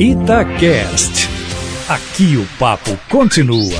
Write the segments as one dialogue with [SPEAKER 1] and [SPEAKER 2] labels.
[SPEAKER 1] Itacast. Aqui o papo continua.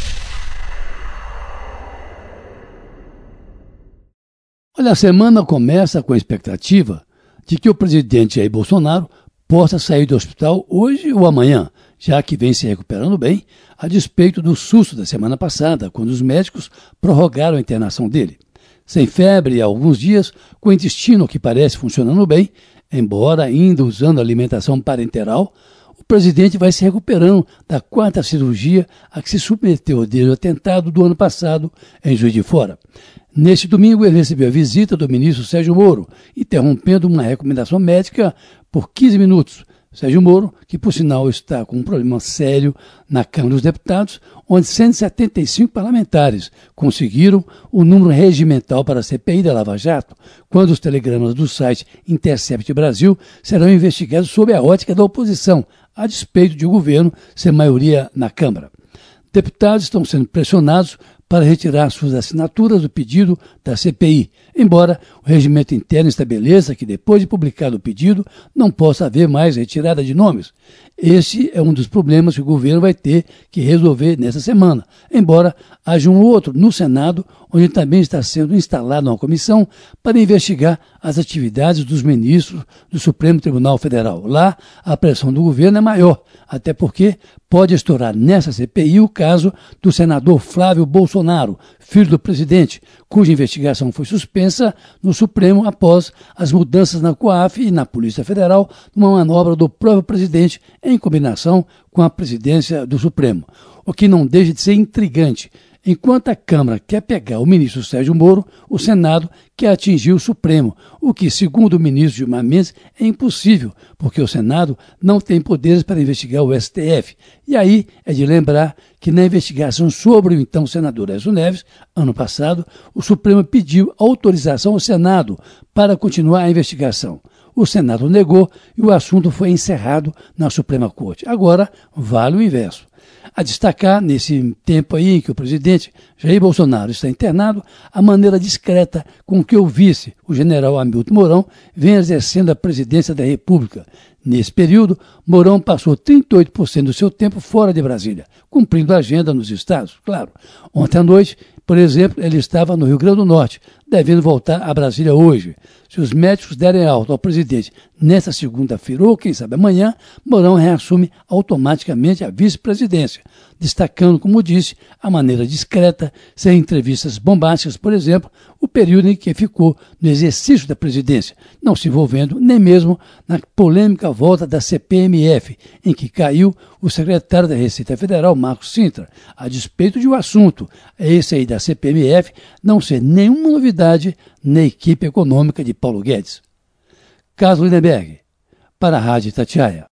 [SPEAKER 2] Olha, a semana começa com a expectativa de que o presidente Jair Bolsonaro possa sair do hospital hoje ou amanhã, já que vem se recuperando bem, a despeito do susto da semana passada, quando os médicos prorrogaram a internação dele. Sem febre há alguns dias, com o intestino que parece funcionando bem, embora ainda usando alimentação parenteral, o presidente vai se recuperando da quarta cirurgia a que se submeteu desde o atentado do ano passado em Juiz de Fora. Neste domingo, ele recebeu a visita do ministro Sérgio Moro, interrompendo uma recomendação médica por 15 minutos. Sérgio Moro, que por sinal está com um problema sério na Câmara dos Deputados, onde 175 parlamentares conseguiram o número regimental para a CPI da Lava Jato, quando os telegramas do site Intercept Brasil serão investigados sob a ótica da oposição, a despeito de o governo ser maioria na Câmara. Deputados estão sendo pressionados para retirar suas assinaturas do pedido da CPI, embora o regimento interno estabeleça que, depois de publicado o pedido, não possa haver mais retirada de nomes. Esse é um dos problemas que o governo vai ter que resolver nessa semana, embora haja um outro no Senado, onde também está sendo instalada uma comissão para investigar as atividades dos ministros do Supremo Tribunal Federal. Lá, a pressão do governo é maior, até porque pode estourar nessa CPI o caso do senador Flávio Bolsonaro, filho do presidente, cuja investigação foi suspensa no Supremo após as mudanças na COAF e na Polícia Federal, numa manobra do próprio presidente em combinação com a presidência do Supremo. O que não deixa de ser intrigante. Enquanto a Câmara quer pegar o ministro Sérgio Moro, o Senado quer atingir o Supremo, o que, segundo o ministro Gilmar Mendes, é impossível, porque o Senado não tem poderes para investigar o STF. E aí é de lembrar que na investigação sobre o então senador Aécio Neves, ano passado, o Supremo pediu autorização ao Senado para continuar a investigação. O Senado negou e o assunto foi encerrado na Suprema Corte. Agora, vale o inverso. A destacar, nesse tempo aí em que o presidente Jair Bolsonaro está internado, a maneira discreta com que o vice, o general Hamilton Mourão, vem exercendo a presidência da República. Nesse período, Mourão passou 38% do seu tempo fora de Brasília, cumprindo a agenda nos estados, claro. Ontem à noite, por exemplo, ele estava no Rio Grande do Norte, devendo voltar a Brasília hoje. Se os médicos derem alta ao presidente nesta segunda-feira ou, quem sabe, amanhã, Mourão reassume automaticamente a vice-presidência, destacando, como disse, a maneira discreta, sem entrevistas bombásticas, por exemplo, o período em que ficou no exercício da presidência, não se envolvendo nem mesmo na polêmica volta da CPMF, em que caiu o secretário da Receita Federal, Marcos Cintra, a despeito de o assunto, esse aí da CPMF, não ser nenhuma novidade na equipe econômica de Paulo Guedes. Carlos Lindenberg, para a Rádio Itatiaia.